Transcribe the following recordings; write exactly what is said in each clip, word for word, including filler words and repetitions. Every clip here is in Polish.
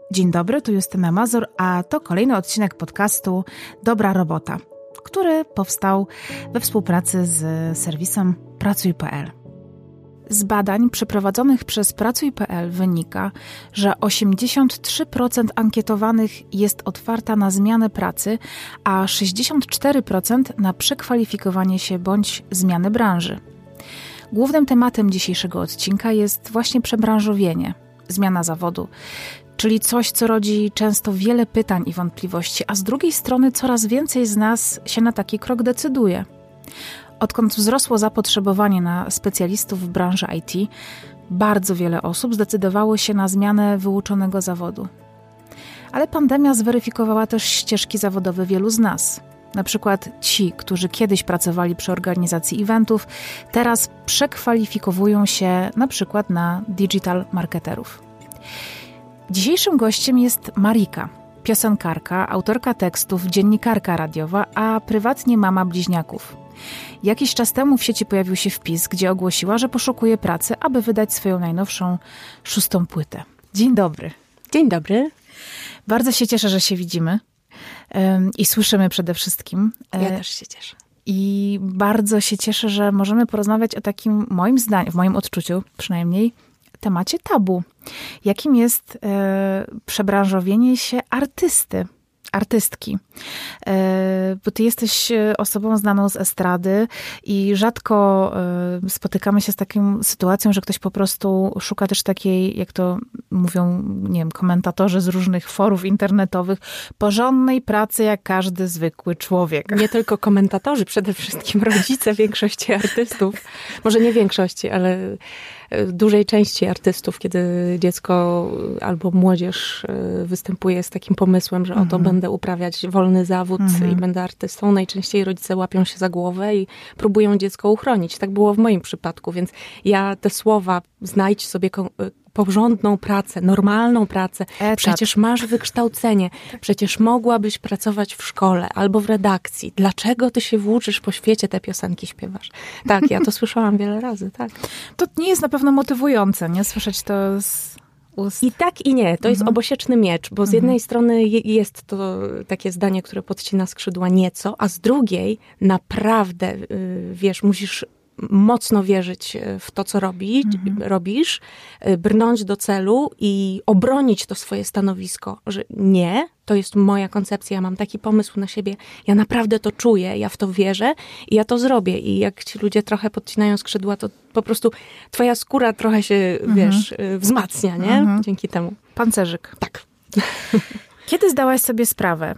Dzień dobry, tu Justyna Mazur, a to kolejny odcinek podcastu Dobra Robota, który powstał we współpracy z serwisem Pracuj kropka pe el. Z badań przeprowadzonych przez Pracuj kropka pe el wynika, że osiemdziesiąt trzy procent ankietowanych jest otwarta na zmianę pracy, a sześćdziesiąt cztery procent na przekwalifikowanie się bądź zmianę branży. Głównym tematem dzisiejszego odcinka jest właśnie przebranżowienie, zmiana zawodu, czyli coś, co rodzi często wiele pytań i wątpliwości, a z drugiej strony coraz więcej z nas się na taki krok decyduje. Odkąd wzrosło zapotrzebowanie na specjalistów w branży I T, bardzo wiele osób zdecydowało się na zmianę wyuczonego zawodu. Ale pandemia zweryfikowała też ścieżki zawodowe wielu z nas. Na przykład ci, którzy kiedyś pracowali przy organizacji eventów, teraz przekwalifikowują się na przykład na digital marketerów. Dzisiejszym gościem jest Marika, piosenkarka, autorka tekstów, dziennikarka radiowa, a prywatnie mama bliźniaków. Jakiś czas temu w sieci pojawił się wpis, gdzie ogłosiła, że poszukuje pracy, aby wydać swoją najnowszą, szóstą płytę. Dzień dobry. Dzień dobry. Bardzo się cieszę, że się widzimy um, i słyszymy przede wszystkim. Ja też się cieszę. I bardzo się cieszę, że możemy porozmawiać o takim, moim zdaniem, w moim odczuciu przynajmniej, temacie tabu. Jakim jest e, przebranżowienie się artysty, artystki. E, bo ty jesteś osobą znaną z estrady i rzadko e, spotykamy się z taką sytuacją, że ktoś po prostu szuka też takiej, jak to mówią, nie wiem, komentatorzy z różnych forów internetowych, porządnej pracy jak każdy zwykły człowiek. Nie tylko komentatorzy, przede wszystkim rodzice większości artystów. Może nie większości, ale dużej części artystów, kiedy dziecko albo młodzież występuje z takim pomysłem, że mm-hmm. oto będę uprawiać wolny zawód mm-hmm. i będę artystą. Najczęściej rodzice łapią się za głowę i próbują dziecko uchronić. Tak było w moim przypadku, więc ja te słowa znajdź sobie porządną pracę, normalną pracę. Etat. Przecież masz wykształcenie. Przecież mogłabyś pracować w szkole albo w redakcji. Dlaczego ty się włóczysz po świecie, te piosenki śpiewasz? Tak, ja to słyszałam wiele razy, tak. To nie jest na pewno motywujące, nie? Słyszeć to z ust. I tak i nie. To mhm. jest obosieczny miecz, bo z jednej mhm. strony jest to takie zdanie, które podcina skrzydła nieco, a z drugiej naprawdę, wiesz, musisz mocno wierzyć w to, co robisz, mhm. robisz, brnąć do celu i obronić to swoje stanowisko, że nie, to jest moja koncepcja, ja mam taki pomysł na siebie, ja naprawdę to czuję, ja w to wierzę i ja to zrobię. I jak ci ludzie trochę podcinają skrzydła, to po prostu twoja skóra trochę się, mhm. wiesz, wzmacnia, nie? Mhm. Dzięki temu. Pancerzyk. Tak. Kiedy zdałaś sobie sprawę,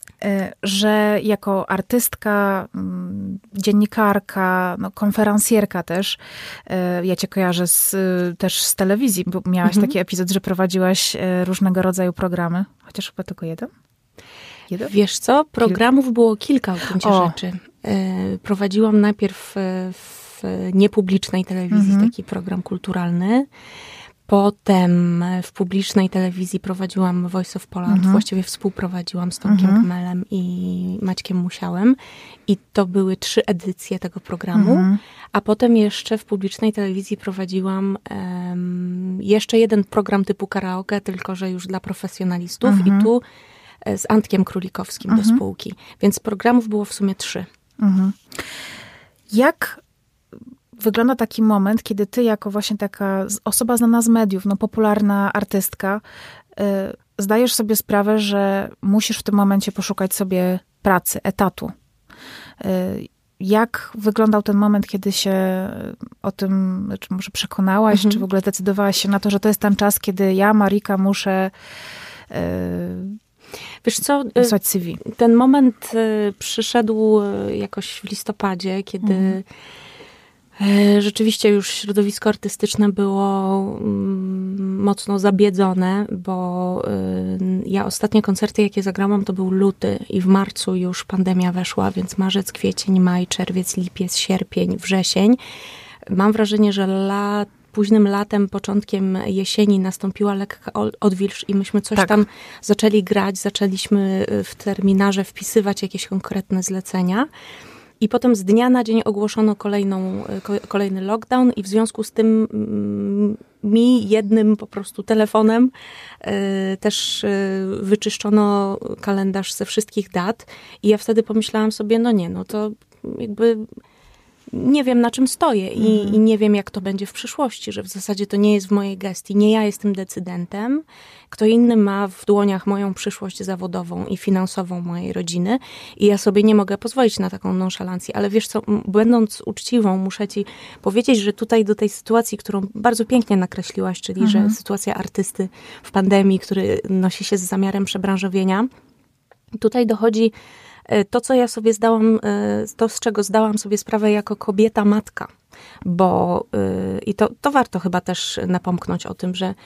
że jako artystka, dziennikarka, no, konferencjerka też, ja cię kojarzę z, też z telewizji, bo miałaś mhm. taki epizod, że prowadziłaś różnego rodzaju programy, chociaż chyba tylko jeden? jeden? Wiesz co, programów było kilka w gruncie o. rzeczy. Prowadziłam najpierw w niepublicznej telewizji mhm. taki program kulturalny. Potem w publicznej telewizji prowadziłam Voice of Poland, mhm. właściwie współprowadziłam z Tomkiem mhm. Kmelem i Maćkiem Musiałem i to były trzy edycje tego programu, mhm. a potem jeszcze w publicznej telewizji prowadziłam um, jeszcze jeden program typu karaoke, tylko że już dla profesjonalistów mhm. i tu z Antkiem Królikowskim mhm. do spółki, więc programów było w sumie trzy. Mhm. Jak wygląda taki moment, kiedy ty jako właśnie taka osoba znana z mediów, no popularna artystka, yy, zdajesz sobie sprawę, że musisz w tym momencie poszukać sobie pracy, etatu. Yy, jak wyglądał ten moment, kiedy się o tym, czy może przekonałaś, mhm. czy w ogóle zdecydowałaś się na to, że to jest ten czas, kiedy ja, Marika, muszę yy, Wiesz co, wysłać C V? Ten moment yy, przyszedł jakoś w listopadzie, kiedy mhm. rzeczywiście już środowisko artystyczne było mocno zabiedzone, bo ja ostatnie koncerty, jakie zagrałam, to był luty i w marcu już pandemia weszła, więc marzec, kwiecień, maj, czerwiec, lipiec, sierpień, wrzesień. Mam wrażenie, że lat, późnym latem, początkiem jesieni nastąpiła lekka odwilż i myśmy coś tak. tam zaczęli grać, zaczęliśmy w terminarze wpisywać jakieś konkretne zlecenia. I potem z dnia na dzień ogłoszono kolejną, kolejny lockdown i w związku z tym mi jednym po prostu telefonem też wyczyszczono kalendarz ze wszystkich dat i ja wtedy pomyślałam sobie, no nie, no to jakby nie wiem, na czym stoję i, mhm. i nie wiem, jak to będzie w przyszłości, że w zasadzie to nie jest w mojej gestii, nie ja jestem decydentem, kto inny ma w dłoniach moją przyszłość zawodową i finansową mojej rodziny i ja sobie nie mogę pozwolić na taką nonszalancję, ale wiesz co, będąc uczciwą, muszę ci powiedzieć, że tutaj do tej sytuacji, którą bardzo pięknie nakreśliłaś, czyli mhm. że sytuacja artysty w pandemii, który nosi się z zamiarem przebranżowienia, tutaj dochodzi to, co ja sobie zdałam, to z czego zdałam sobie sprawę jako kobieta, matka, bo i to, to warto chyba też napomknąć o tym, że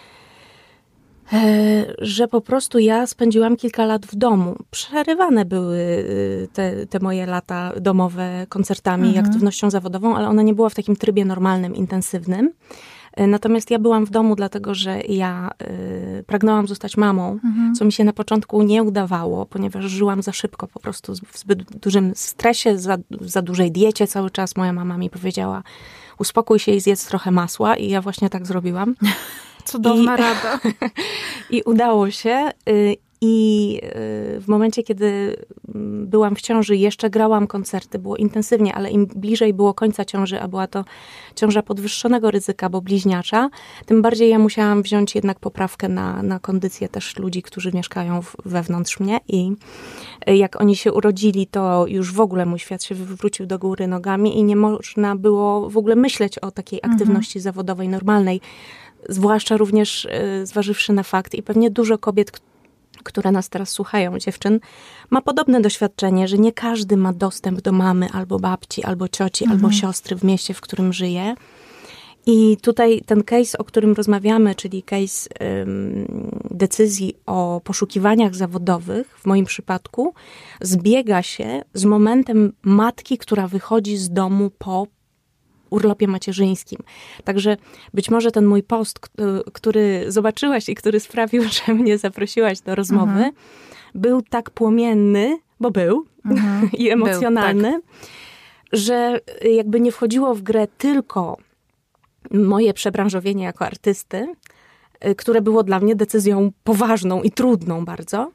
że po prostu ja spędziłam kilka lat w domu. Przerywane były te, te moje lata domowe koncertami mhm. i aktywnością zawodową, ale ona nie była w takim trybie normalnym, intensywnym. Natomiast ja byłam w domu dlatego, że ja y, pragnęłam zostać mamą, mhm. co mi się na początku nie udawało, ponieważ żyłam za szybko, po prostu w zbyt dużym stresie, za, za dużej diecie cały czas. Moja mama mi powiedziała, uspokój się i zjedz trochę masła i ja właśnie tak zrobiłam. Cudowna I, rada. I udało się. Y, I w momencie, kiedy byłam w ciąży, jeszcze grałam koncerty, było intensywnie, ale im bliżej było końca ciąży, a była to ciąża podwyższonego ryzyka, bo bliźniacza, tym bardziej ja musiałam wziąć jednak poprawkę na, na kondycję też ludzi, którzy mieszkają w, wewnątrz mnie i jak oni się urodzili, to już w ogóle mój świat się wywrócił do góry nogami i nie można było w ogóle myśleć o takiej aktywności mhm. zawodowej, normalnej, zwłaszcza również zważywszy na fakt i pewnie dużo kobiet, które nas teraz słuchają, dziewczyn, ma podobne doświadczenie, że nie każdy ma dostęp do mamy, albo babci, albo cioci, mhm. albo siostry w mieście, w którym żyje. I tutaj ten case, o którym rozmawiamy, czyli case ym, decyzji o poszukiwaniach zawodowych, w moim przypadku, zbiega się z momentem matki, która wychodzi z domu po urlopie macierzyńskim. Także być może ten mój post, który zobaczyłaś i który sprawił, że mnie zaprosiłaś do rozmowy, mhm. był tak płomienny, bo był, mhm. i emocjonalny, był, tak. że jakby nie wchodziło w grę tylko moje przebranżowienie jako artysty, które było dla mnie decyzją poważną i trudną bardzo,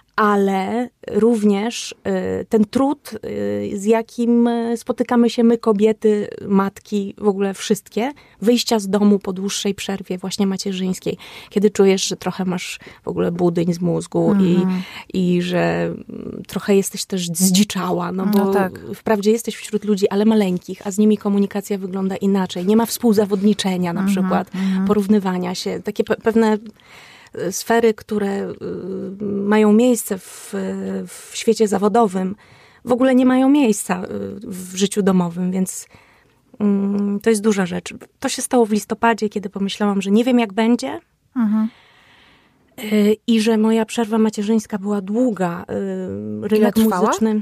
ale również ten trud, z jakim spotykamy się my, kobiety, matki, w ogóle wszystkie, wyjścia z domu po dłuższej przerwie właśnie macierzyńskiej, kiedy czujesz, że trochę masz w ogóle budyń z mózgu mhm. i, i że trochę jesteś też zdziczała, no bo no tak. wprawdzie jesteś wśród ludzi, ale maleńkich, a z nimi komunikacja wygląda inaczej. Nie ma współzawodniczenia na mhm. przykład, mhm. porównywania się, takie pe- pewne sfery, które mają miejsce w, w świecie zawodowym, w ogóle nie mają miejsca w życiu domowym, więc to jest duża rzecz. To się stało w listopadzie, kiedy pomyślałam, że nie wiem, jak będzie mhm. i że moja przerwa macierzyńska była długa. Rynek muzyczny.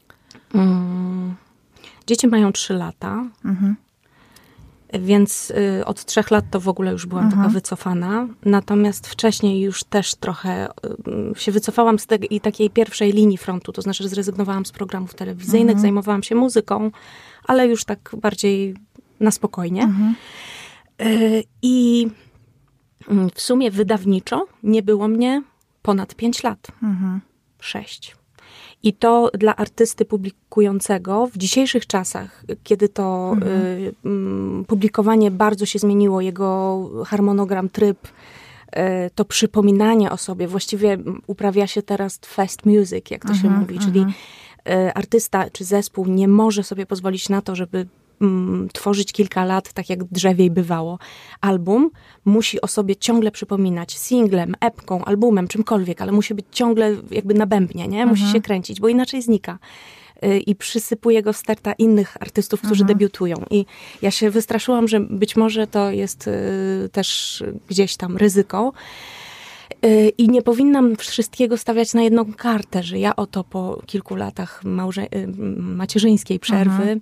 Dzieci mają trzy lata. Mhm. Więc y, od trzech lat to w ogóle już byłam mhm. taka wycofana. Natomiast wcześniej już też trochę y, się wycofałam z tej takiej pierwszej linii frontu. To znaczy zrezygnowałam z programów telewizyjnych, mhm. zajmowałam się muzyką, ale już tak bardziej na spokojnie. Mhm. Y, I w sumie wydawniczo nie było mnie ponad pięć lat. Mhm. Sześć. I to dla artysty publikującego w dzisiejszych czasach, kiedy to mhm. y, publikowanie bardzo się zmieniło, jego harmonogram, tryb, y, to przypominanie o sobie, właściwie uprawia się teraz fast music, jak to mhm. się mówi, czyli mhm. y, artysta czy zespół nie może sobie pozwolić na to, żeby tworzyć kilka lat, tak jak drzewiej bywało. Album musi o sobie ciągle przypominać singlem, epką, albumem, czymkolwiek, ale musi być ciągle jakby na bębnie, nie? Musi mhm. się kręcić, bo inaczej znika. I przysypuje go sterta innych artystów, którzy mhm. debiutują. I ja się wystraszyłam, że być może to jest też gdzieś tam ryzyko. I nie powinnam wszystkiego stawiać na jedną kartę, że ja oto po kilku latach małże- macierzyńskiej przerwy mhm.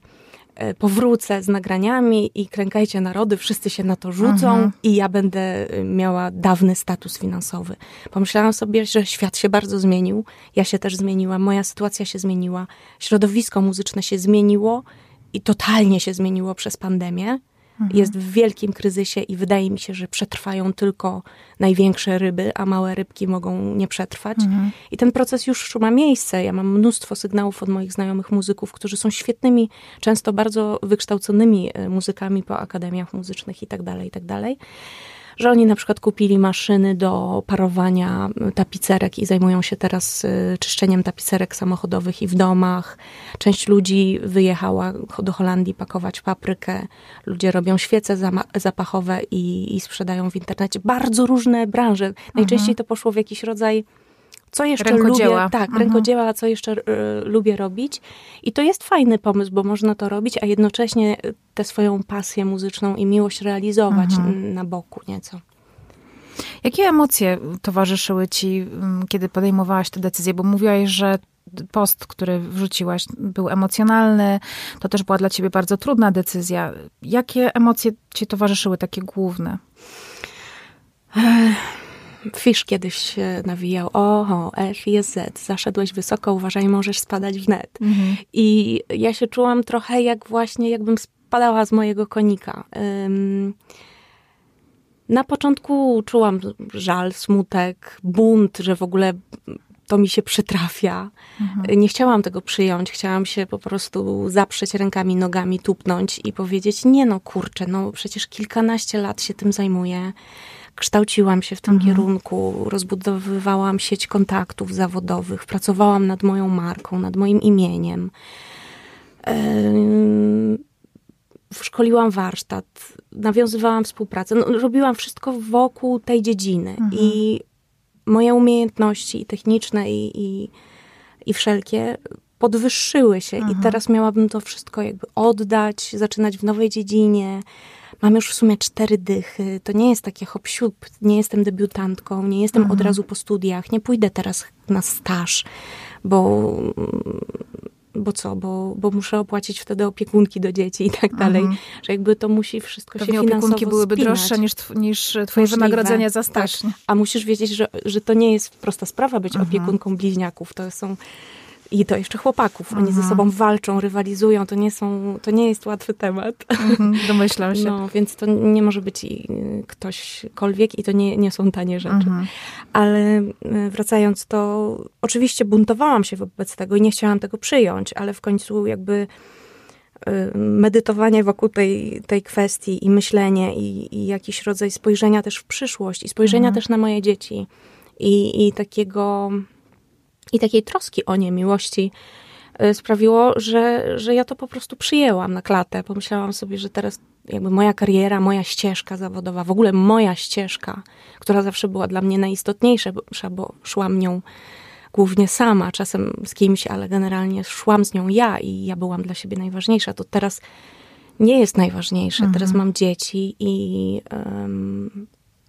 powrócę z nagraniami i klękajcie narody, wszyscy się na to rzucą mhm. i ja będę miała dawny status finansowy. Pomyślałam sobie, że świat się bardzo zmienił, ja się też zmieniłam, moja sytuacja się zmieniła, środowisko muzyczne się zmieniło i totalnie się zmieniło przez pandemię. Mhm. Jest w wielkim kryzysie i wydaje mi się, że przetrwają tylko największe ryby, a małe rybki mogą nie przetrwać. Mhm. I ten proces już ma miejsce. Ja mam mnóstwo sygnałów od moich znajomych muzyków, którzy są świetnymi, często bardzo wykształconymi muzykami po akademiach muzycznych i tak dalej, i tak dalej. Że oni na przykład kupili maszyny do parowania tapicerek i zajmują się teraz czyszczeniem tapicerek samochodowych i w domach. Część ludzi wyjechała do Holandii pakować paprykę. Ludzie robią świece zapachowe i, i sprzedają w internecie. Bardzo różne branże. Najczęściej to poszło w jakiś rodzaj co jeszcze rękodzieła. lubię, tak, mhm. rękodzieła, co jeszcze y, lubię robić. I to jest fajny pomysł, bo można to robić, a jednocześnie tę swoją pasję muzyczną i miłość realizować mhm. na boku nieco. Jakie emocje towarzyszyły ci, kiedy podejmowałaś tę decyzję? Bo mówiłaś, że post, który wrzuciłaś, był emocjonalny. To też była dla ciebie bardzo trudna decyzja. Jakie emocje ci towarzyszyły, takie główne? Fisz kiedyś się nawijał, oho, F jest Z, zaszedłeś wysoko, uważaj, możesz spadać w net. Mhm. I ja się czułam trochę jak właśnie, jakbym spadała z mojego konika. Um, na początku czułam żal, smutek, bunt, że w ogóle to mi się przytrafia. Mhm. Nie chciałam tego przyjąć, chciałam się po prostu zaprzeć rękami, nogami, tupnąć i powiedzieć, nie no kurczę, no przecież kilkanaście lat się tym zajmuję. Kształciłam się w tym mhm. kierunku, rozbudowywałam sieć kontaktów zawodowych, pracowałam nad moją marką, nad moim imieniem. Yy, szkoliłam warsztat, nawiązywałam współpracę, no, robiłam wszystko wokół tej dziedziny. Mhm. I moje umiejętności i techniczne i, i, i wszelkie podwyższyły się. Mhm. I teraz miałabym to wszystko jakby oddać, zaczynać w nowej dziedzinie. Mam już w sumie cztery dychy. To nie jest takie hop-siup. Nie jestem debiutantką, nie jestem mhm. od razu po studiach. Nie pójdę teraz na staż, bo, bo co? Bo, bo muszę opłacić wtedy opiekunki do dzieci i tak dalej. Mhm. Że jakby to musi wszystko Pewnie się finansowo opiekunki byłyby spinać. droższe niż, niż twoje Możliwe. wynagrodzenie za staż. Tak. A musisz wiedzieć, że, że to nie jest prosta sprawa być mhm. opiekunką bliźniaków. To są... I to jeszcze chłopaków. Oni mhm. ze sobą walczą, rywalizują. To nie są, to nie jest łatwy temat. Mhm, domyślam się. No, więc to nie może być ktośkolwiek i to nie, nie są tanie rzeczy. Mhm. Ale wracając, to oczywiście buntowałam się wobec tego i nie chciałam tego przyjąć, ale w końcu jakby medytowanie wokół tej, tej kwestii i myślenie i, i jakiś rodzaj spojrzenia też w przyszłość i spojrzenia mhm. też na moje dzieci i, i takiego... I takiej troski o nie, miłości sprawiło, że, że ja to po prostu przyjęłam na klatę. Pomyślałam sobie, że teraz jakby moja kariera, moja ścieżka zawodowa, w ogóle moja ścieżka, która zawsze była dla mnie najistotniejsza, bo szłam nią głównie sama, czasem z kimś, ale generalnie szłam z nią ja i ja byłam dla siebie najważniejsza. To teraz nie jest najważniejsze. Mhm. Teraz mam dzieci i... Um,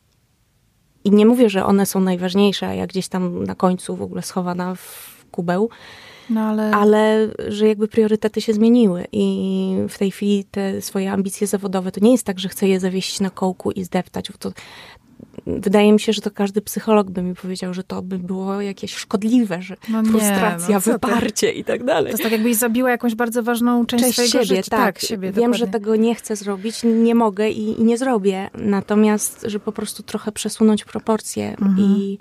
I nie mówię, że one są najważniejsze, a ja gdzieś tam na końcu w ogóle schowana w kubeł, no ale... ale że jakby priorytety się zmieniły i w tej chwili te swoje ambicje zawodowe, to nie jest tak, że chcę je zawiesić na kołku i zdeptać. To, wydaje mi się, że to każdy psycholog by mi powiedział, że to by było jakieś szkodliwe, że no nie, frustracja, no wyparcie i tak dalej. To jest tak, jakbyś zabiła jakąś bardzo ważną część, część swojego siebie, życia. Tak, tak siebie, wiem, dokładnie. że tego nie chcę zrobić, nie mogę i, i nie zrobię. Natomiast, że po prostu trochę przesunąć proporcje mhm. i,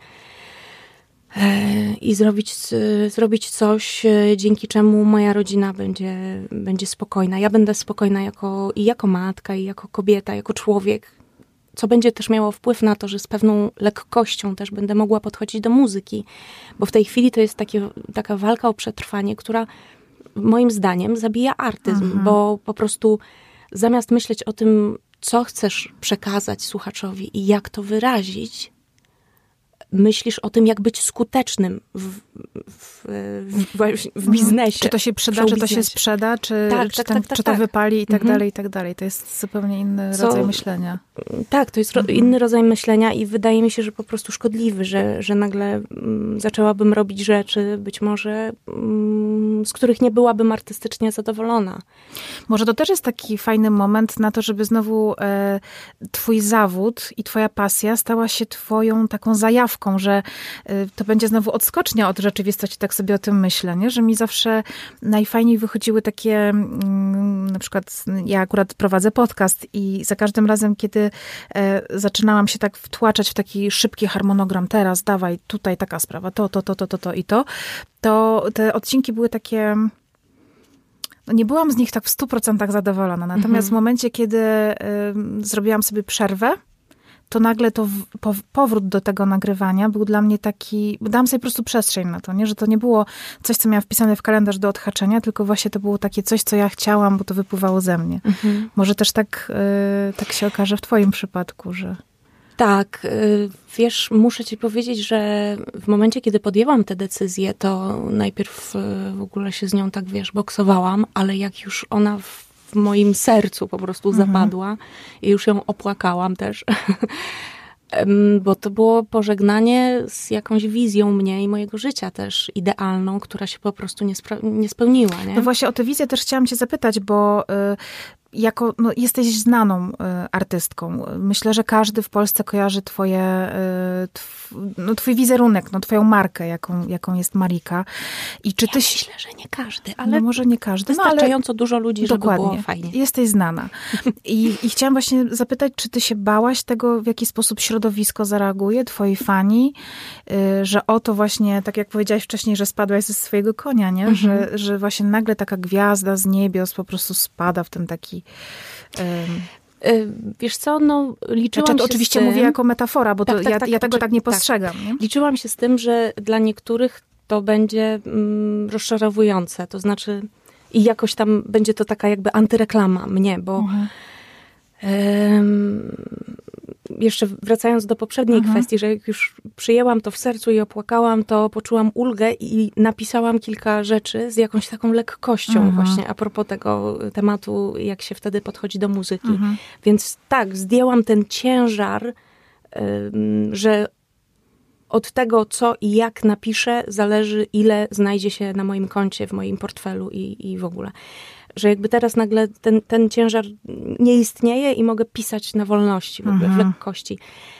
e, i zrobić, zrobić coś, dzięki czemu moja rodzina będzie, będzie spokojna. Ja będę spokojna jako, i jako matka, i jako kobieta, jako człowiek. Co będzie też miało wpływ na to, że z pewną lekkością też będę mogła podchodzić do muzyki. Bo w tej chwili to jest takie, taka walka o przetrwanie, która moim zdaniem zabija artyzm. Mhm. Bo po prostu zamiast myśleć o tym, co chcesz przekazać słuchaczowi i jak to wyrazić, myślisz o tym, jak być skutecznym w, w, w, w biznesie. Czy to się przyda, czy to się sprzeda, czy, tak, czy, tak, ten, tak, tak, czy to tak. wypali i tak mhm. dalej, i tak dalej. To jest zupełnie inny Co, rodzaj myślenia. Tak, to jest ro, inny rodzaj myślenia i wydaje mi się, że po prostu szkodliwy, że, że nagle mm, zaczęłabym robić rzeczy, być może mm, z których nie byłabym artystycznie zadowolona. Może to też jest taki fajny moment na to, żeby znowu e, twój zawód i twoja pasja stała się twoją taką zajawką, że e, to będzie znowu odskocznia od rzeczywistości, tak sobie o tym myślę, nie? Że mi zawsze najfajniej wychodziły takie, mm, na przykład ja akurat prowadzę podcast i za każdym razem, kiedy e, zaczynałam się tak wtłaczać w taki szybki harmonogram, teraz dawaj, tutaj taka sprawa, to, to, to, to, to, to i to, to te odcinki były takie... No nie byłam z nich tak w stu procentach zadowolona. Natomiast mhm. w momencie, kiedy y, zrobiłam sobie przerwę, to nagle to w, po, powrót do tego nagrywania był dla mnie taki... Dałam sobie po prostu przestrzeń na to, nie? Że to nie było coś, co miałam wpisane w kalendarz do odhaczenia, tylko właśnie to było takie coś, co ja chciałam, bo to wypływało ze mnie. Mhm. Może też tak, y, tak się okaże w twoim przypadku, że... Tak, wiesz, muszę ci powiedzieć, że w momencie, kiedy podjęłam tę decyzję, to najpierw w ogóle się z nią tak, wiesz, boksowałam, ale jak już ona w moim sercu po prostu mhm. zapadła i już ją opłakałam też, bo to było pożegnanie z jakąś wizją mnie i mojego życia też idealną, która się po prostu nie, spra- nie spełniła. Nie? No właśnie o tę wizję też chciałam cię zapytać, bo... Y- Jako, no, jesteś znaną y, artystką. Myślę, że każdy w Polsce kojarzy twoje, y, tw, no, twój wizerunek, no, twoją markę, jaką, jaką jest Marika. I czy ja ty... myślę, że nie każdy, ale no, może nie każdy. Wystarczająco no, ale dużo ludzi, dokładnie. Żeby było fajnie. Jesteś znana. I, I chciałam właśnie zapytać, czy ty się bałaś tego, w jaki sposób środowisko zareaguje, twoi fani, y, że oto właśnie, tak jak powiedziałaś wcześniej, że spadłaś ze swojego konia, nie? Mhm. Że, że właśnie nagle taka gwiazda z niebios po prostu spada w ten taki Um, Wiesz co, no liczyłam znaczy, to się oczywiście z tym... mówię jako metafora, bo tak, to tak, ja, tak, ja tego tak, tak nie postrzegam. Tak. Nie? Liczyłam się z tym, że dla niektórych to będzie mm, rozczarowujące. To znaczy i jakoś tam będzie to taka jakby antyreklama mnie, bo mhm. um, jeszcze wracając do poprzedniej mhm. kwestii, że jak już przyjęłam to w sercu i opłakałam, to poczułam ulgę i napisałam kilka rzeczy z jakąś taką lekkością mhm. właśnie a propos tego tematu, jak się wtedy podchodzi do muzyki. Mhm. Więc tak, zdjęłam ten ciężar, że od tego, co i jak napiszę, zależy, ile znajdzie się na moim koncie, w moim portfelu i, i w ogóle. Że jakby teraz nagle ten, ten ciężar nie istnieje i mogę pisać na wolności, w ogóle mhm. w lekkości.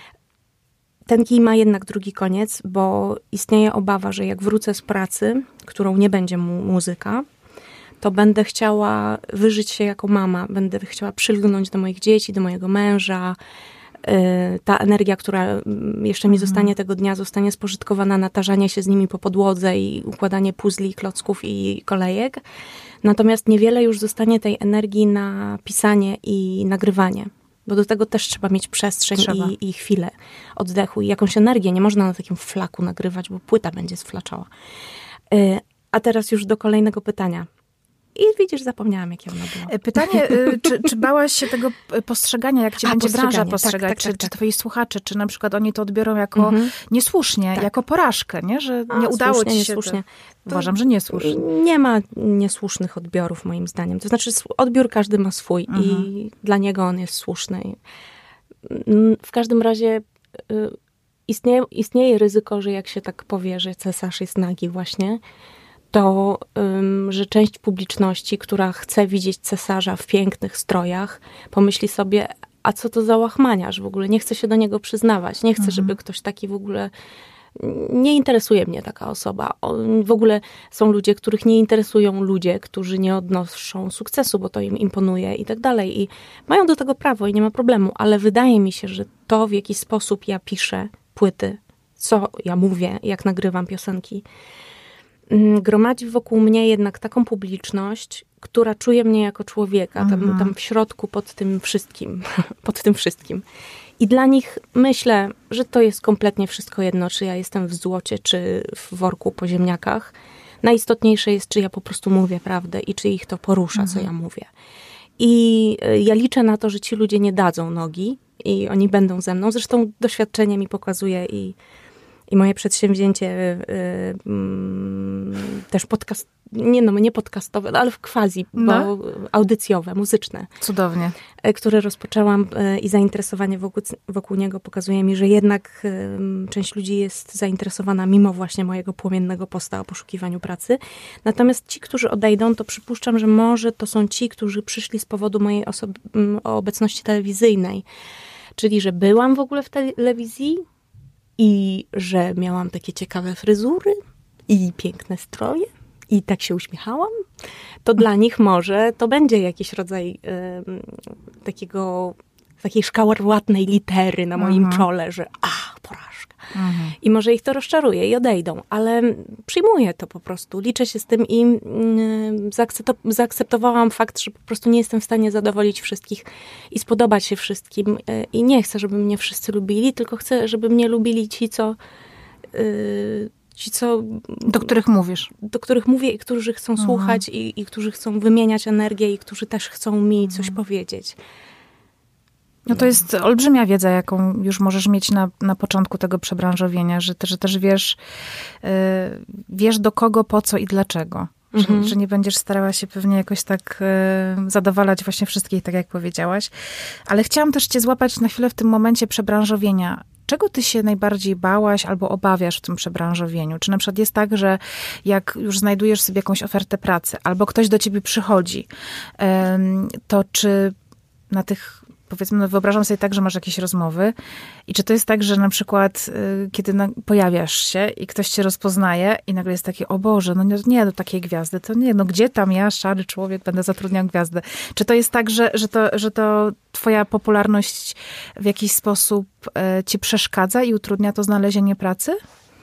Ten kij ma jednak drugi koniec, bo istnieje obawa, że jak wrócę z pracy, którą nie będzie mu muzyka, to będę chciała wyżyć się jako mama, będę chciała przylgnąć do moich dzieci, do mojego męża. Ta energia, która jeszcze mi zostanie tego dnia, zostanie spożytkowana na tarzanie się z nimi po podłodze i układanie puzli, klocków i kolejek. Natomiast niewiele już zostanie tej energii na pisanie i nagrywanie. Bo do tego też trzeba mieć przestrzeń i, i chwilę oddechu i jakąś energię. Nie można na takim flaku nagrywać, bo płyta będzie sflaczała. A teraz już do kolejnego pytania. I widzisz, zapomniałam, jakie ono było. Pytanie, czy, czy bałaś się tego postrzegania, jak cię A, będzie branża tak, postrzegać, tak, tak, czy, tak, tak. czy twoi słuchacze, czy na przykład oni to odbiorą jako mhm. niesłusznie, tak. jako porażkę, nie? Że nie A, udało słusznie, ci się. Niesłusznie. To... Uważam, że niesłusznie. Nie ma niesłusznych odbiorów, moim zdaniem. To znaczy, odbiór każdy ma swój mhm. i dla niego on jest słuszny. W każdym razie istnieje, istnieje ryzyko, że jak się tak powie, że cesarz jest nagi właśnie, to, um, że część publiczności, która chce widzieć cesarza w pięknych strojach, pomyśli sobie, a co to za łachmaniarz w ogóle, nie chcę się do niego przyznawać, nie chcę, mhm. żeby ktoś taki w ogóle, nie interesuje mnie taka osoba. W ogóle są ludzie, których nie interesują ludzie, którzy nie odnoszą sukcesu, bo to im imponuje i tak dalej. I mają do tego prawo i nie ma problemu, ale wydaje mi się, że to, w jaki sposób ja piszę płyty, co ja mówię, jak nagrywam piosenki, gromadzi wokół mnie jednak taką publiczność, która czuje mnie jako człowieka, tam, mhm. tam w środku pod tym wszystkim, pod tym wszystkim. I dla nich myślę, że to jest kompletnie wszystko jedno, czy ja jestem w złocie, czy w worku po ziemniakach. Najistotniejsze jest, czy ja po prostu mówię prawdę i czy ich to porusza, mhm. co ja mówię. I ja liczę na to, że ci ludzie nie dadzą nogi i oni będą ze mną. Zresztą doświadczenie mi pokazuje i I moje przedsięwzięcie y, y, y, też podcast, nie no, nie podcastowe, ale w quasi, no. bo audycjowe, muzyczne. Cudownie. Y, które rozpoczęłam y, i zainteresowanie wokół, wokół niego pokazuje mi, że jednak y, część ludzi jest zainteresowana mimo właśnie mojego płomiennego posta o poszukiwaniu pracy. Natomiast ci, którzy odejdą, to przypuszczam, że może to są ci, którzy przyszli z powodu mojej osob- obecności telewizyjnej. Czyli, że byłam w ogóle w telewizji, i że miałam takie ciekawe fryzury i piękne stroje i tak się uśmiechałam, to dla nich może to będzie jakiś rodzaj y, takiego, takiej szkarłatnej litery na moim mhm. czole, że ach, porażka. Mhm. I może ich to rozczaruje i odejdą, ale przyjmuję to po prostu, liczę się z tym i y, zaakcepto- zaakceptowałam fakt, że po prostu nie jestem w stanie zadowolić wszystkich i spodobać się wszystkim y, i nie chcę, żeby mnie wszyscy lubili, tylko chcę, żeby mnie lubili ci, co y, ci, co... Do których mówisz. Do których mówię i którzy chcą mhm. słuchać i, i którzy chcą wymieniać energię i którzy też chcą mi coś mhm. powiedzieć. No to jest olbrzymia wiedza, jaką już możesz mieć na, na początku tego przebranżowienia, że, że też wiesz, yy, wiesz do kogo, po co i dlaczego. Mhm. Że, że nie będziesz starała się pewnie jakoś tak yy, zadowalać właśnie wszystkich, tak jak powiedziałaś. Ale chciałam też cię złapać na chwilę w tym momencie przebranżowienia. Czego ty się najbardziej bałaś albo obawiasz w tym przebranżowieniu? Czy na przykład jest tak, że jak już znajdujesz sobie jakąś ofertę pracy, albo ktoś do ciebie przychodzi, yy, to czy na tych powiedzmy, no wyobrażam sobie tak, że masz jakieś rozmowy i czy to jest tak, że na przykład y, kiedy na, pojawiasz się i ktoś cię rozpoznaje i nagle jest takie, o Boże, no nie, nie do takiej gwiazdy, to nie, no gdzie tam ja, szary człowiek, będę zatrudniał gwiazdę. Czy to jest tak, że, że, to, że to twoja popularność w jakiś sposób y, ci przeszkadza i utrudnia to znalezienie pracy?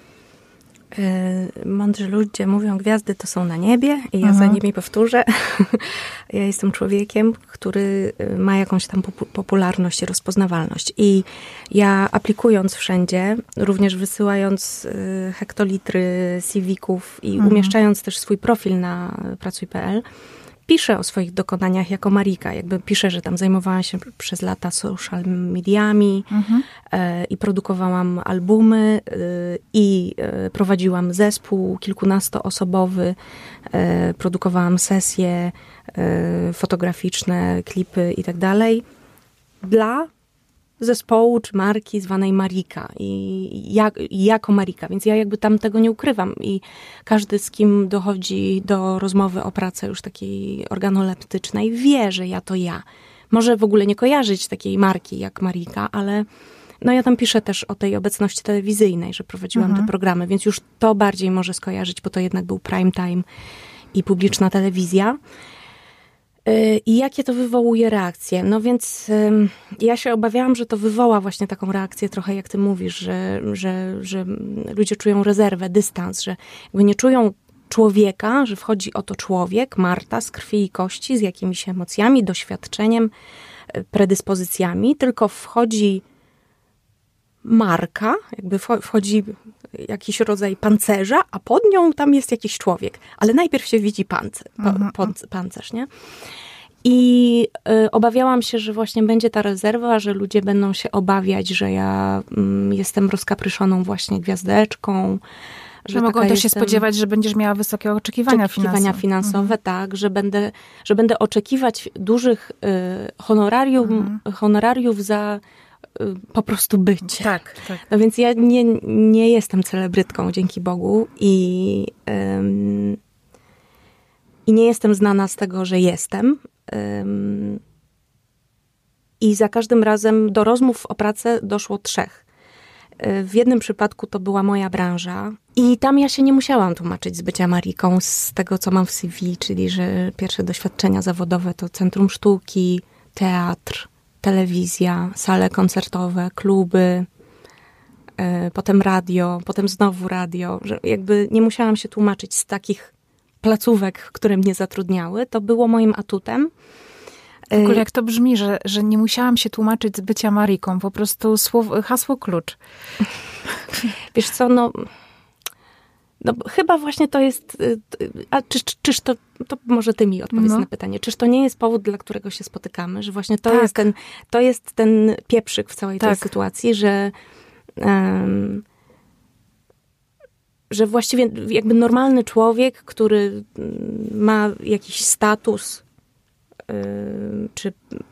Mądrzy ludzie mówią, gwiazdy to są na niebie i ja mhm. za nimi powtórzę. Ja jestem człowiekiem, który ma jakąś tam popularność i rozpoznawalność. I ja aplikując wszędzie, również wysyłając hektolitry C V-ków i mhm. umieszczając też swój profil na pracuj kropka p l, piszę o swoich dokonaniach jako Marika. Jakby piszę, że tam zajmowałam się przez lata social mediami mhm. e, i produkowałam albumy e, i e, prowadziłam zespół kilkunastoosobowy, e, produkowałam sesje e, fotograficzne, klipy i tak dalej dla zespołu czy marki zwanej Marika i jak, jako Marika, więc ja jakby tam tego nie ukrywam i każdy, z kim dochodzi do rozmowy o pracy już takiej organoleptycznej, wie, że ja to ja. Może w ogóle nie kojarzyć takiej marki jak Marika, ale no ja tam piszę też o tej obecności telewizyjnej, że prowadziłam mhm. te programy, więc już to bardziej może skojarzyć, bo to jednak był prime time i publiczna telewizja. I jakie to wywołuje reakcje? No więc ym, ja się obawiałam, że to wywoła właśnie taką reakcję trochę jak ty mówisz, że, że, że ludzie czują rezerwę, dystans, że jakby nie czują człowieka, że wchodzi oto człowiek, Marta, z krwi i kości, z jakimiś emocjami, doświadczeniem, predyspozycjami, tylko wchodzi marka, jakby wchodzi jakiś rodzaj pancerza, a pod nią tam jest jakiś człowiek. Ale najpierw się widzi pancer, mhm. pancerz, nie? I y, obawiałam się, że właśnie będzie ta rezerwa, że ludzie będą się obawiać, że ja y, jestem rozkapryszoną właśnie gwiazdeczką. Że, że mogą też jestem, się spodziewać, że będziesz miała wysokie oczekiwania, oczekiwania finansowe. finansowe, mhm. tak, że będę, że będę oczekiwać dużych y, honorarium, mhm. honorariów za po prostu być. Tak, tak. No więc ja nie, nie jestem celebrytką, dzięki Bogu i, ym, i nie jestem znana z tego, że jestem. Ym, I za każdym razem do rozmów o pracę doszło trzech. W jednym przypadku to była moja branża i tam ja się nie musiałam tłumaczyć z bycia Mariką, z tego, co mam w C V, czyli że pierwsze doświadczenia zawodowe to Centrum Sztuki, teatr, telewizja, sale koncertowe, kluby, yy, potem radio, potem znowu radio, że jakby nie musiałam się tłumaczyć z takich placówek, które mnie zatrudniały. To było moim atutem. W ogóle jak to brzmi, że, że nie musiałam się tłumaczyć z bycia Mariką, po prostu słowo, hasło klucz. Wiesz co, no... No chyba właśnie to jest, a czy, czy, czyż to, to może ty mi odpowiedz no. na pytanie, czyż to nie jest powód, dla którego się spotykamy, że właśnie to, tak. jest, ten, to jest ten pieprzyk w całej tak. tej sytuacji, że um, że właściwie jakby normalny człowiek, który ma jakiś status, yy, czy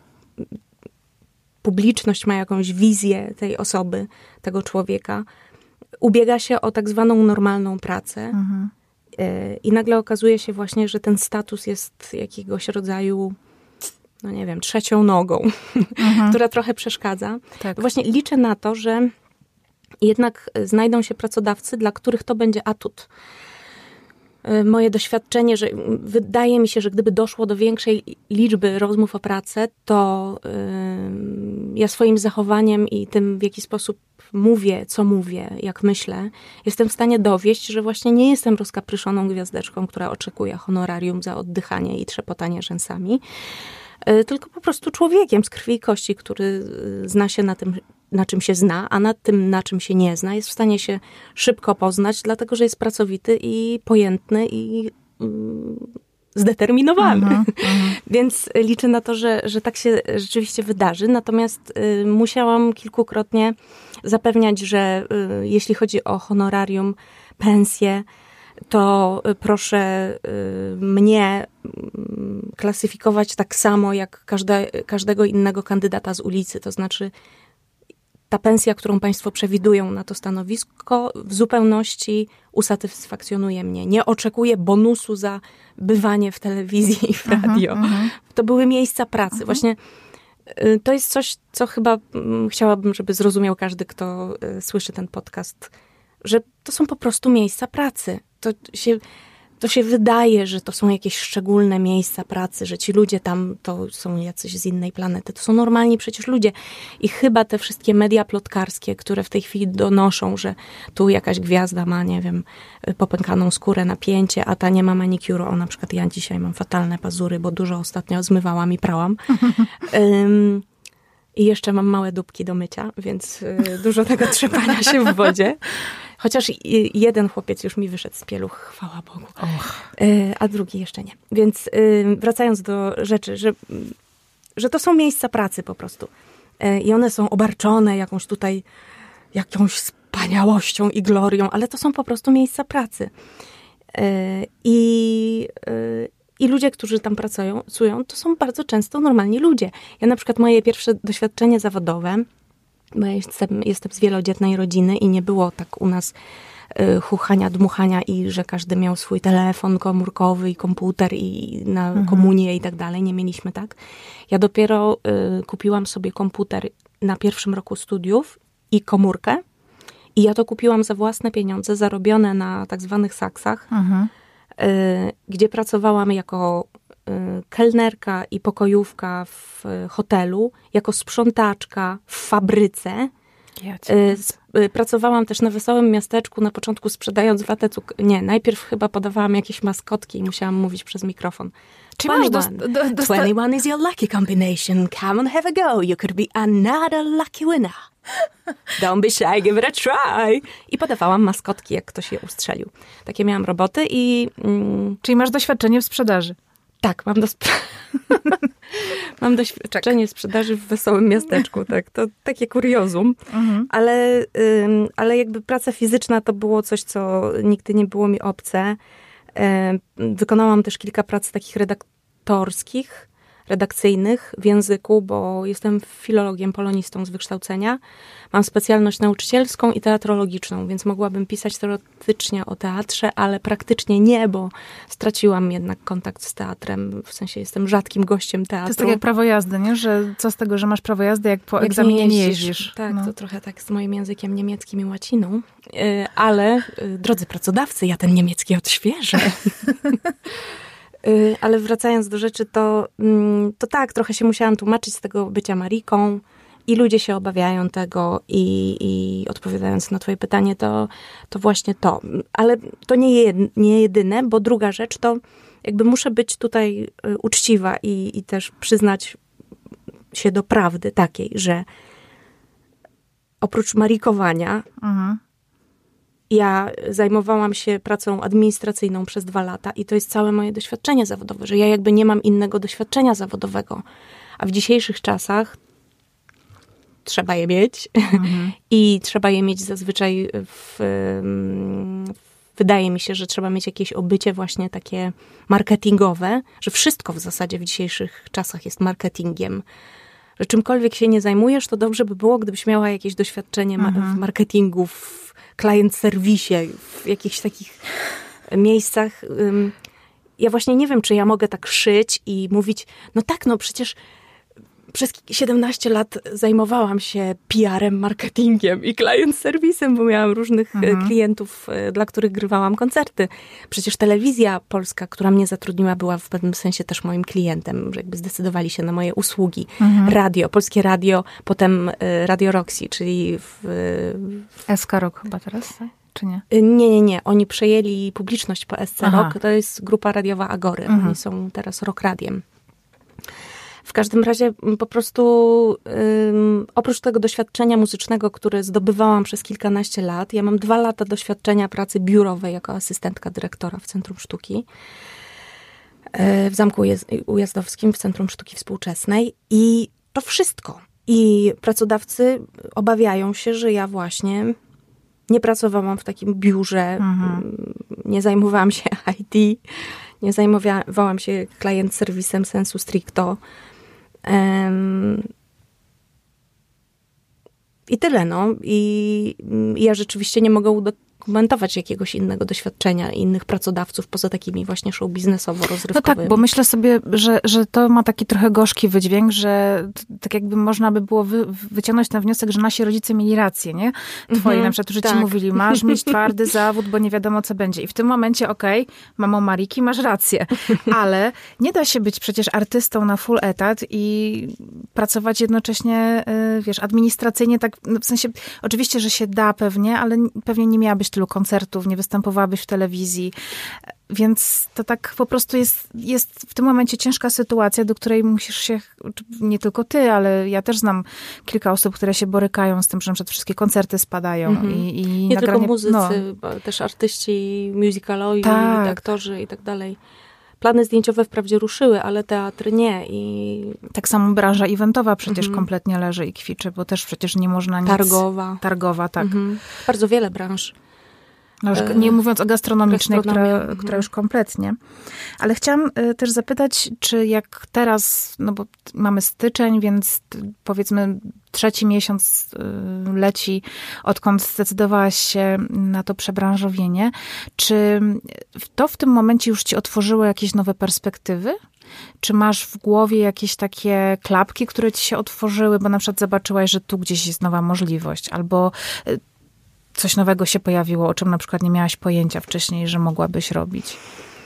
publiczność ma jakąś wizję tej osoby, tego człowieka, ubiega się o tak zwaną normalną pracę. Mhm. Yy, I nagle okazuje się właśnie, że ten status jest jakiegoś rodzaju, no nie wiem, trzecią nogą, mhm. która trochę przeszkadza. Tak. Właśnie liczę na to, że jednak znajdą się pracodawcy, dla których to będzie atut. Moje doświadczenie, że wydaje mi się, że gdyby doszło do większej liczby rozmów o pracę, to yy, ja swoim zachowaniem i tym, w jaki sposób mówię, co mówię, jak myślę, jestem w stanie dowieść, że właśnie nie jestem rozkapryszoną gwiazdeczką, która oczekuje honorarium za oddychanie i trzepotanie rzęsami, yy, tylko po prostu człowiekiem z krwi i kości, który zna się na tym, na czym się zna, a nad tym, na czym się nie zna, jest w stanie się szybko poznać, dlatego, że jest pracowity i pojętny i mm, zdeterminowany. Uh-huh, uh-huh. Więc liczę na to, że, że tak się rzeczywiście wydarzy. Natomiast y, musiałam kilkukrotnie zapewniać, że y, jeśli chodzi o honorarium, pensję, to y, proszę y, mnie y, klasyfikować tak samo, jak każde, każdego innego kandydata z ulicy. To znaczy ta pensja, którą państwo przewidują na to stanowisko, w zupełności usatysfakcjonuje mnie. Nie oczekuję bonusu za bywanie w telewizji i w radio. Uh-huh, uh-huh. To były miejsca pracy. Uh-huh. Właśnie y, to jest coś, co chyba y, chciałabym, żeby zrozumiał każdy, kto y, słyszy ten podcast, że to są po prostu miejsca pracy. To się... To się wydaje, że to są jakieś szczególne miejsca pracy, że ci ludzie tam to są jacyś z innej planety. To są normalni przecież ludzie. I chyba te wszystkie media plotkarskie, które w tej chwili donoszą, że tu jakaś gwiazda ma, nie wiem, popękaną skórę, napięcie, a ta nie ma manikuru. O, na przykład ja dzisiaj mam fatalne pazury, bo dużo ostatnio zmywałam i prałam. um, I jeszcze mam małe dupki do mycia, więc y, dużo tego trzepania się w wodzie. Chociaż jeden chłopiec już mi wyszedł z pieluch, chwała Bogu. Y, a drugi jeszcze nie. Więc y, wracając do rzeczy, że, że to są miejsca pracy po prostu. Y, I one są obarczone jakąś tutaj, jakąś wspaniałością i glorią, ale to są po prostu miejsca pracy. Y, I... Y, I ludzie, którzy tam pracują, to są bardzo często normalni ludzie. Ja na przykład moje pierwsze doświadczenie zawodowe, bo ja jestem, jestem z wielodzietnej rodziny i nie było tak u nas y, chuchania, dmuchania i że każdy miał swój telefon komórkowy i komputer i na mhm. komunię i tak dalej. Nie mieliśmy tak. Ja dopiero y, kupiłam sobie komputer na pierwszym roku studiów i komórkę i ja to kupiłam za własne pieniądze, zarobione na tak zwanych saksach. Mhm. Gdzie pracowałam jako kelnerka i pokojówka w hotelu, jako sprzątaczka w fabryce. Ja pracowałam też na Wesołym Miasteczku, na początku sprzedając watę cuk- Nie, najpierw chyba podawałam jakieś maskotki i musiałam mówić przez mikrofon. Czy masz dost- do, dosta- twenty-one is your lucky combination. Come on, have a go. You could be another lucky winner. Don't be shy, give it a try. I podawałam maskotki, jak ktoś je ustrzelił. Takie miałam roboty i... Mm, Czyli masz doświadczenie w sprzedaży? Tak, mam, dosp- mam doświadczenie w sprzedaży w Wesołym Miasteczku. Tak, to takie kuriozum. Mhm. Ale, ym, ale jakby praca fizyczna to było coś, co nigdy nie było mi obce. Ym, wykonałam też kilka prac takich redaktorskich, redakcyjnych w języku, bo jestem filologiem, polonistą z wykształcenia. Mam specjalność nauczycielską i teatrologiczną, więc mogłabym pisać teoretycznie o teatrze, ale praktycznie nie, bo straciłam jednak kontakt z teatrem. W sensie jestem rzadkim gościem teatru. To jest tak jak prawo jazdy, nie? Że co z tego, że masz prawo jazdy, jak po jak egzaminie nie jeździsz. jeździsz. Tak, no. To trochę tak z moim językiem niemieckim i łaciną. Ale, drodzy pracodawcy, ja ten niemiecki odświeżę. Ale wracając do rzeczy, to, to tak, trochę się musiałam tłumaczyć z tego bycia Mariką i ludzie się obawiają tego i, i odpowiadając na twoje pytanie, to, to właśnie to. Ale to nie, jed, nie jedyne, bo druga rzecz to jakby muszę być tutaj uczciwa i, i też przyznać się do prawdy takiej, że oprócz marikowania mhm. ja zajmowałam się pracą administracyjną przez dwa lata i to jest całe moje doświadczenie zawodowe, że ja jakby nie mam innego doświadczenia zawodowego. A w dzisiejszych czasach trzeba je mieć mhm. i trzeba je mieć zazwyczaj w, wydaje mi się, że trzeba mieć jakieś obycie właśnie takie marketingowe, że wszystko w zasadzie w dzisiejszych czasach jest marketingiem. Że czymkolwiek się nie zajmujesz, to dobrze by było, gdybyś miała jakieś doświadczenie mhm. w marketingu, w client serwisie, w jakichś takich miejscach. Ja właśnie nie wiem, czy ja mogę tak szyć i mówić, no tak, no przecież przez siedemnaście lat zajmowałam się P R-em, marketingiem i client serwisem, bo miałam różnych mhm. klientów, dla których grywałam koncerty. Przecież telewizja polska, która mnie zatrudniła, była w pewnym sensie też moim klientem, że jakby zdecydowali się na moje usługi. Mhm. Radio, Polskie Radio, potem Radio Roxy, czyli w... w... S K Rock chyba teraz, tak? Czy nie? Nie, nie, nie. Oni przejęli publiczność po S C Rock. To jest grupa radiowa Agory. Mhm. Oni są teraz Rock Radiem. W każdym razie po prostu um, oprócz tego doświadczenia muzycznego, które zdobywałam przez kilkanaście lat, ja mam dwa lata doświadczenia pracy biurowej jako asystentka dyrektora w Centrum Sztuki, w Zamku Ujazdowskim, w Centrum Sztuki Współczesnej i to wszystko. I pracodawcy obawiają się, że ja właśnie nie pracowałam w takim biurze, mhm. nie zajmowałam się I T, nie zajmowałam się client serwisem sensu stricto. Um, I tyle, no. I, I ja rzeczywiście nie mogę udokumentować jakiegoś innego doświadczenia innych pracodawców, poza takimi właśnie show biznesowo-rozrywkowymi. No tak, bo myślę sobie, że, że to ma taki trochę gorzki wydźwięk, że tak jakby można by było wy, wyciągnąć ten wniosek, że nasi rodzice mieli rację, nie? Twoi mm-hmm, na przykład, że tak. ci mówili, masz mieć twardy zawód, bo nie wiadomo, co będzie. I w tym momencie, okej, okay, mamo Mariki, masz rację. Ale nie da się być przecież artystą na full etat i pracować jednocześnie, wiesz, administracyjnie, tak, no w sensie, oczywiście, że się da pewnie, ale pewnie nie miałabyś tylu koncertów, nie występowałabyś w telewizji, więc to tak po prostu jest, jest w tym momencie ciężka sytuacja, do której musisz się, nie tylko ty, ale ja też znam kilka osób, które się borykają z tym, że na przykład wszystkie koncerty spadają. Mm-hmm. I, i nie nagranie, tylko muzycy, no. też artyści, musicalowi, tak. aktorzy i tak dalej. Plany zdjęciowe wprawdzie ruszyły, ale teatr nie. I tak samo branża eventowa przecież mm-hmm. kompletnie leży i kwiczy, bo też przecież nie można nic... Targowa. Targowa, tak. Mm-hmm. Bardzo wiele branż. No już nie mówiąc o gastronomicznej, która, mhm. która już kompletnie. Ale chciałam też zapytać, czy jak teraz, no bo mamy styczeń, więc powiedzmy trzeci miesiąc leci, odkąd zdecydowałaś się na to przebranżowienie, czy to w tym momencie już ci otworzyło jakieś nowe perspektywy? Czy masz w głowie jakieś takie klapki, które ci się otworzyły, bo na przykład zobaczyłaś, że tu gdzieś jest nowa możliwość, albo coś nowego się pojawiło, o czym na przykład nie miałaś pojęcia wcześniej, że mogłabyś robić?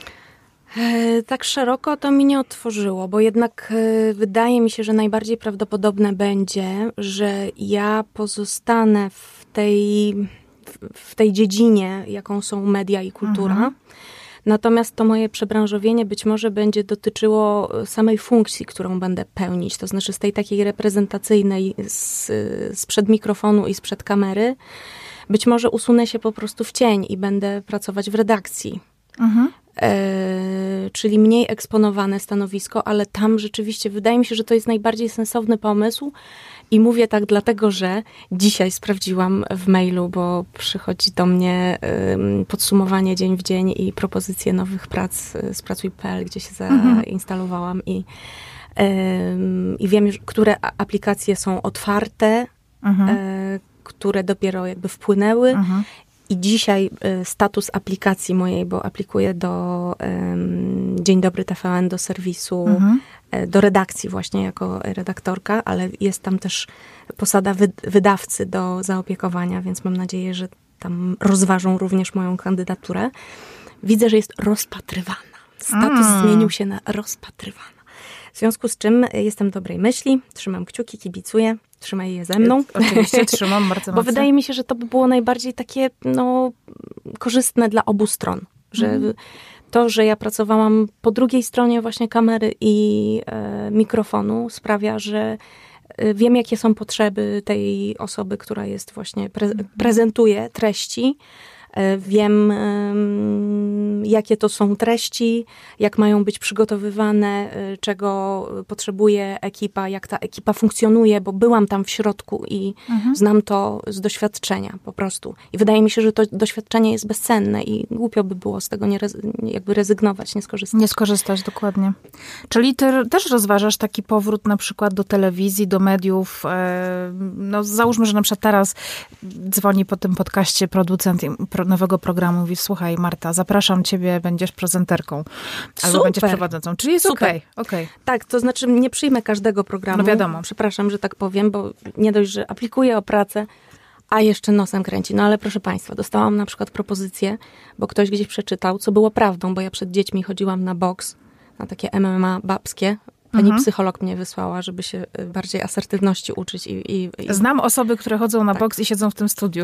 E, tak szeroko to mi nie otworzyło, bo jednak e, wydaje mi się, że najbardziej prawdopodobne będzie, że ja pozostanę w tej, w, w tej dziedzinie, jaką są media i kultura. Mhm. Natomiast to moje przebranżowienie być może będzie dotyczyło samej funkcji, którą będę pełnić. To znaczy z tej takiej reprezentacyjnej z, sprzed mikrofonu i sprzed kamery. Być może usunę się po prostu w cień i będę pracować w redakcji. Mhm. E, czyli mniej eksponowane stanowisko, ale tam rzeczywiście wydaje mi się, że to jest najbardziej sensowny pomysł. I mówię tak dlatego, że dzisiaj sprawdziłam w mailu, bo przychodzi do mnie um, podsumowanie dzień w dzień i propozycje nowych prac z pracuj kropka p l, gdzie się zainstalowałam mhm. i, um, i wiem już, które aplikacje są otwarte, mhm. e, które dopiero jakby wpłynęły. Mhm. I dzisiaj y, status aplikacji mojej, bo aplikuję do y, Dzień Dobry T V N, do serwisu, mhm. y, do redakcji właśnie jako redaktorka, ale jest tam też posada wy, wydawcy do zaopiekowania, więc mam nadzieję, że tam rozważą również moją kandydaturę. Widzę, że jest rozpatrywana. Status mm. zmienił się na rozpatrywana. W związku z czym jestem dobrej myśli, trzymam kciuki, kibicuję. Trzymaj je ze mną. Oczywiście trzymam bardzo mocno. Bo wydaje mi się, że to by było najbardziej takie no, korzystne dla obu stron. Że mm. to, że ja pracowałam po drugiej stronie właśnie kamery i e, mikrofonu sprawia, że e, wiem, jakie są potrzeby tej osoby, która jest właśnie, pre, prezentuje treści. E, wiem, e, jakie to są treści, jak mają być przygotowywane, czego potrzebuje ekipa, jak ta ekipa funkcjonuje, bo byłam tam w środku i mhm. znam to z doświadczenia po prostu. I wydaje mi się, że to doświadczenie jest bezcenne i głupio by było z tego nie rez- jakby rezygnować, nie skorzystać. Nie skorzystać, dokładnie. Czyli ty też rozważasz taki powrót na przykład do telewizji, do mediów. No załóżmy, że na przykład teraz dzwoni po tym podcaście producent nowego programu, mówi, słuchaj Marta, zapraszam ciebie, będziesz prezenterką. Albo Super. będziesz prowadzącą. Czyli jest okej. Okay. Okay. Tak, to znaczy nie przyjmę każdego programu. No wiadomo. Przepraszam, że tak powiem, bo nie dość, że aplikuję o pracę, a jeszcze nosem kręci. No ale proszę państwa, dostałam na przykład propozycję, bo ktoś gdzieś przeczytał, co było prawdą, bo ja przed dziećmi chodziłam na boks, na takie M M A babskie. Pani mhm. psycholog mnie wysłała, żeby się bardziej asertywności uczyć. I, i, i... Znam osoby, które chodzą na tak. boks i siedzą w tym studiu.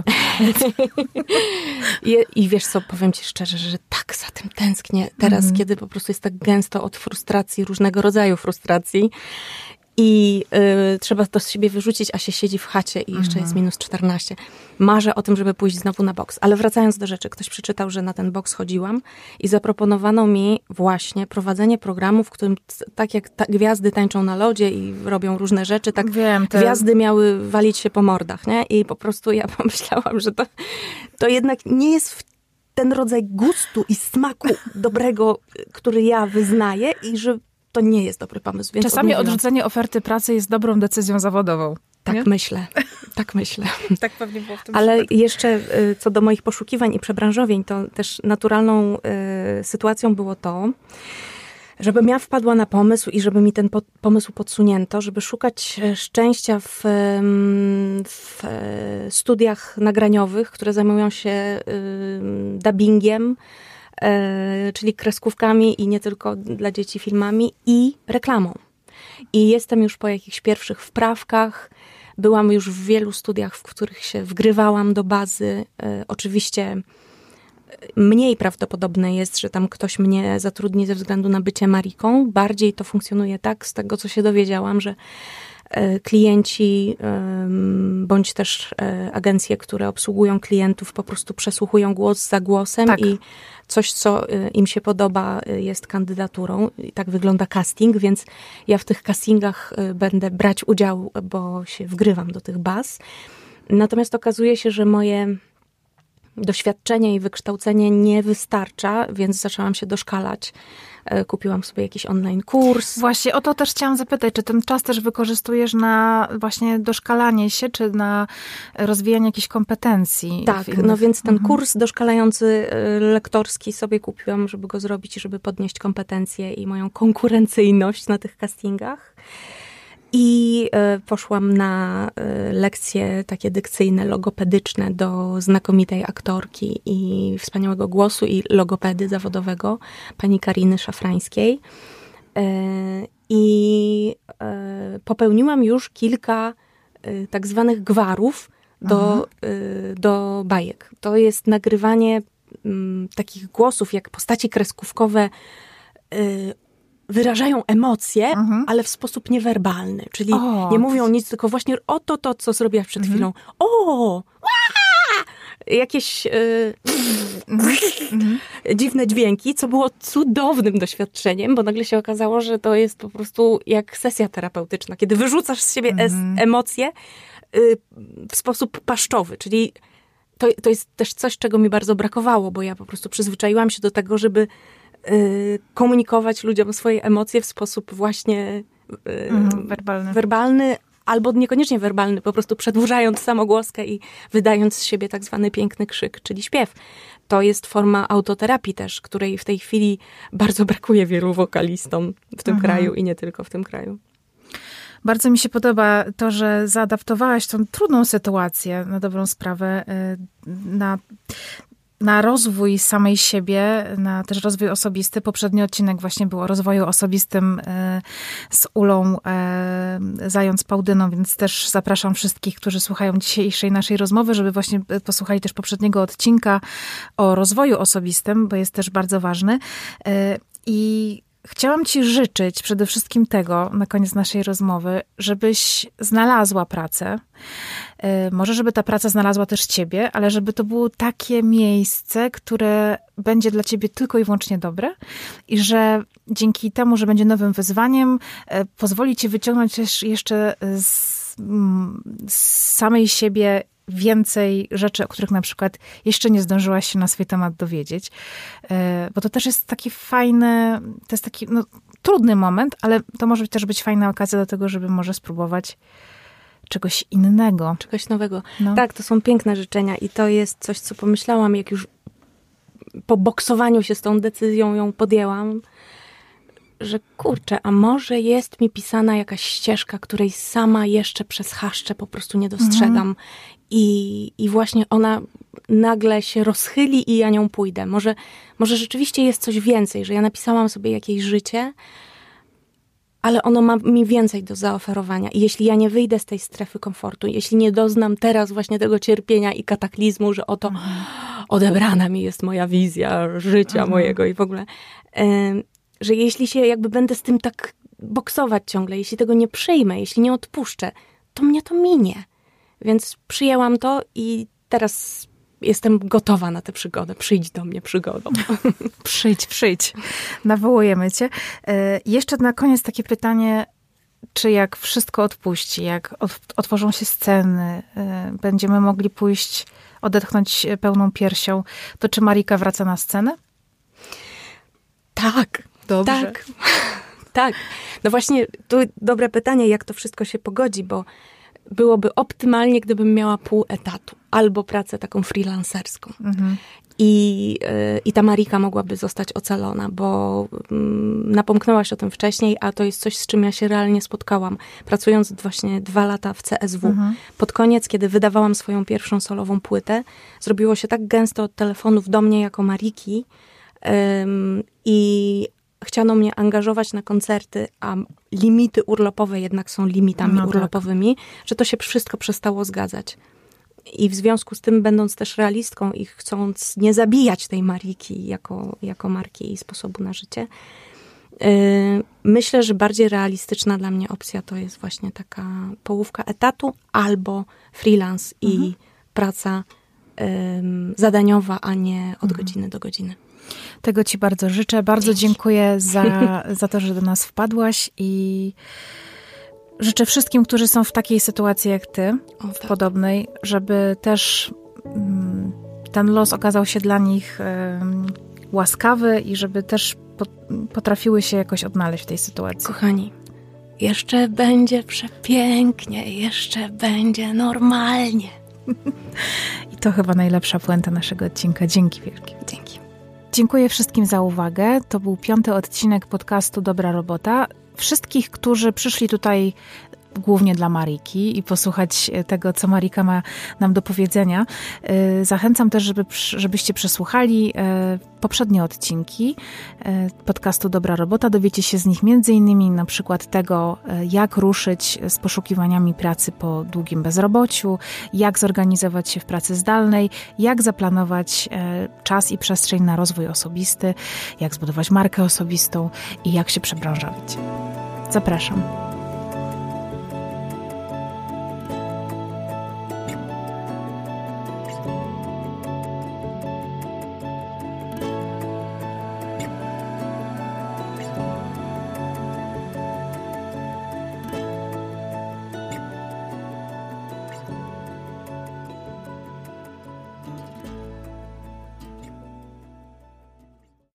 I, I wiesz co, powiem ci szczerze, że tak za tym tęsknię teraz, mhm. kiedy po prostu jest tak gęsto od frustracji, różnego rodzaju frustracji. I y, trzeba to z siebie wyrzucić, a się siedzi w chacie i jeszcze mhm. jest minus czternaście. Marzę o tym, żeby pójść znowu na boks. Ale wracając do rzeczy, ktoś przeczytał, że na ten boks chodziłam i zaproponowano mi właśnie prowadzenie programu, w którym tak jak ta, gwiazdy tańczą na lodzie i robią różne rzeczy, tak Wiem, te... gwiazdy miały walić się po mordach, nie? I po prostu ja pomyślałam, że to, to jednak nie jest w ten rodzaj gustu i smaku dobrego, który ja wyznaję i że to nie jest dobry pomysł. Więc czasami odmówiłam. Odrzucenie oferty pracy jest dobrą decyzją zawodową. Tak nie? myślę, tak myślę. Tak pewnie było w tym Ale przypadku. jeszcze co do moich poszukiwań i przebranżowień, to też naturalną y, sytuacją było to, żebym ja wpadła na pomysł i żeby mi ten po, pomysł podsunięto, żeby szukać szczęścia w, w studiach nagraniowych, które zajmują się y, dubbingiem, czyli kreskówkami i nie tylko dla dzieci filmami i reklamą. I jestem już po jakichś pierwszych wprawkach. Byłam już w wielu studiach, w których się wgrywałam do bazy. Oczywiście mniej prawdopodobne jest, że tam ktoś mnie zatrudni ze względu na bycie Mariką. Bardziej to funkcjonuje tak, z tego co się dowiedziałam, że klienci bądź też agencje, które obsługują klientów, po prostu przesłuchują głos za głosem tak. i coś, co im się podoba, jest kandydaturą. I tak wygląda casting, więc ja w tych castingach będę brać udział, bo się wgrywam do tych baz. Natomiast okazuje się, że moje doświadczenie i wykształcenie nie wystarcza, więc zaczęłam się doszkalać. Kupiłam sobie jakiś online kurs. Właśnie o to też chciałam zapytać, czy ten czas też wykorzystujesz na właśnie doszkalanie się, czy na rozwijanie jakichś kompetencji? Tak, innych... no więc ten mhm. kurs doszkalający lektorski sobie kupiłam, żeby go zrobić i żeby podnieść kompetencje i moją konkurencyjność na tych castingach. I poszłam na lekcje takie dykcyjne, logopedyczne do znakomitej aktorki i wspaniałego głosu i logopedy zawodowego, pani Kariny Szafrańskiej. I popełniłam już kilka tak zwanych gwarów do, do bajek. To jest nagrywanie takich głosów, jak postaci kreskówkowe wyrażają emocje, mhm. ale w sposób niewerbalny. Czyli o, nie mówią nic, tylko właśnie o to, to, co zrobiłaś przed mhm. chwilą. O! Waa! Jakieś y, mhm. dziwne dźwięki, co było cudownym doświadczeniem, bo nagle się okazało, że to jest po prostu jak sesja terapeutyczna, kiedy wyrzucasz z siebie mhm. emocje y, w sposób paszczowy, czyli to, to jest też coś, czego mi bardzo brakowało, bo ja po prostu przyzwyczaiłam się do tego, żeby komunikować ludziom swoje emocje w sposób właśnie mhm, werbalny. werbalny, albo niekoniecznie werbalny, po prostu przedłużając samogłoskę i wydając z siebie tak zwany piękny krzyk, czyli śpiew. To jest forma autoterapii też, której w tej chwili bardzo brakuje wielu wokalistom w tym mhm. kraju i nie tylko w tym kraju. Bardzo mi się podoba to, że zaadaptowałaś tą trudną sytuację na dobrą sprawę na... na rozwój samej siebie, na też rozwój osobisty. Poprzedni odcinek właśnie był o rozwoju osobistym z Ulą Zając-Pałdyną, więc też zapraszam wszystkich, którzy słuchają dzisiejszej naszej rozmowy, żeby właśnie posłuchali też poprzedniego odcinka o rozwoju osobistym, bo jest też bardzo ważny. I chciałam ci życzyć przede wszystkim tego, na koniec naszej rozmowy, żebyś znalazła pracę, Może, żeby ta praca znalazła też ciebie, ale żeby to było takie miejsce, które będzie dla ciebie tylko i wyłącznie dobre i że dzięki temu, że będzie nowym wyzwaniem, pozwoli ci wyciągnąć też jeszcze z, z samej siebie więcej rzeczy, o których na przykład jeszcze nie zdążyłaś się na swój temat dowiedzieć. Bo to też jest taki fajny, to jest taki no, trudny moment, ale to może też być fajna okazja do tego, żeby może spróbować czegoś innego. Czegoś nowego. No. Tak, to są piękne życzenia i to jest coś, co pomyślałam, jak już po boksowaniu się z tą decyzją ją podjęłam, że kurczę, a może jest mi pisana jakaś ścieżka, której sama jeszcze przez chaszcze po prostu nie dostrzegam. Mhm. I, I właśnie ona nagle się rozchyli i ja nią pójdę. Może, może rzeczywiście jest coś więcej, że ja napisałam sobie jakieś życie, ale ono ma mi więcej do zaoferowania. I jeśli ja nie wyjdę z tej strefy komfortu, jeśli nie doznam teraz właśnie tego cierpienia i kataklizmu, że oto mhm. odebrana mi jest moja wizja życia mhm. mojego i w ogóle, y, że jeśli się jakby będę z tym tak boksować ciągle, jeśli tego nie przyjmę, jeśli nie odpuszczę, to mnie to minie. Więc przyjęłam to i teraz jestem gotowa na tę przygodę. Przyjdź do mnie przygodą. Przyjdź, przyjdź. Nawołujemy cię. Jeszcze na koniec takie pytanie, czy jak wszystko odpuści, jak otworzą się sceny, będziemy mogli pójść, odetchnąć pełną piersią, to czy Marika wraca na scenę? Tak. Dobrze. Tak. Tak. No właśnie, tu dobre pytanie, jak to wszystko się pogodzi, bo byłoby optymalnie, gdybym miała pół etatu albo pracę taką freelancerską. Mhm. I, yy, I ta Marika mogłaby zostać ocalona, bo yy, napomknęłaś o tym wcześniej, a to jest coś, z czym ja się realnie spotkałam, pracując właśnie dwa lata w C S W. Mhm. Pod koniec, kiedy wydawałam swoją pierwszą solową płytę, zrobiło się tak gęsto od telefonów do mnie jako Mariki yy, i chciano mnie angażować na koncerty, a limity urlopowe jednak są limitami no tak. urlopowymi, że to się wszystko przestało zgadzać. I w związku z tym, będąc też realistką i chcąc nie zabijać tej Mariki jako, jako marki i sposobu na życie, yy, myślę, że bardziej realistyczna dla mnie opcja to jest właśnie taka połówka etatu albo freelance mhm. i praca yy, zadaniowa, a nie od mhm. godziny do godziny. Tego ci bardzo życzę. Bardzo dziękuję za, za to, że do nas wpadłaś i życzę wszystkim, którzy są w takiej sytuacji jak ty, o, w tak. podobnej, żeby też um, ten los okazał się dla nich um, łaskawy i żeby też pot, potrafiły się jakoś odnaleźć w tej sytuacji. Kochani, jeszcze będzie przepięknie, jeszcze będzie normalnie. I to chyba najlepsza puenta naszego odcinka. Dzięki wielkie. Dzięki. Dziękuję wszystkim za uwagę. To był piąty odcinek podcastu Dobra Robota. Wszystkich, którzy przyszli tutaj głównie dla Mariki i posłuchać tego, co Marika ma nam do powiedzenia. Zachęcam też, żeby, żebyście przesłuchali poprzednie odcinki podcastu Dobra Robota. Dowiecie się z nich między innymi na przykład tego, jak ruszyć z poszukiwaniami pracy po długim bezrobociu, jak zorganizować się w pracy zdalnej, jak zaplanować czas i przestrzeń na rozwój osobisty, jak zbudować markę osobistą i jak się przebranżowić. Zapraszam.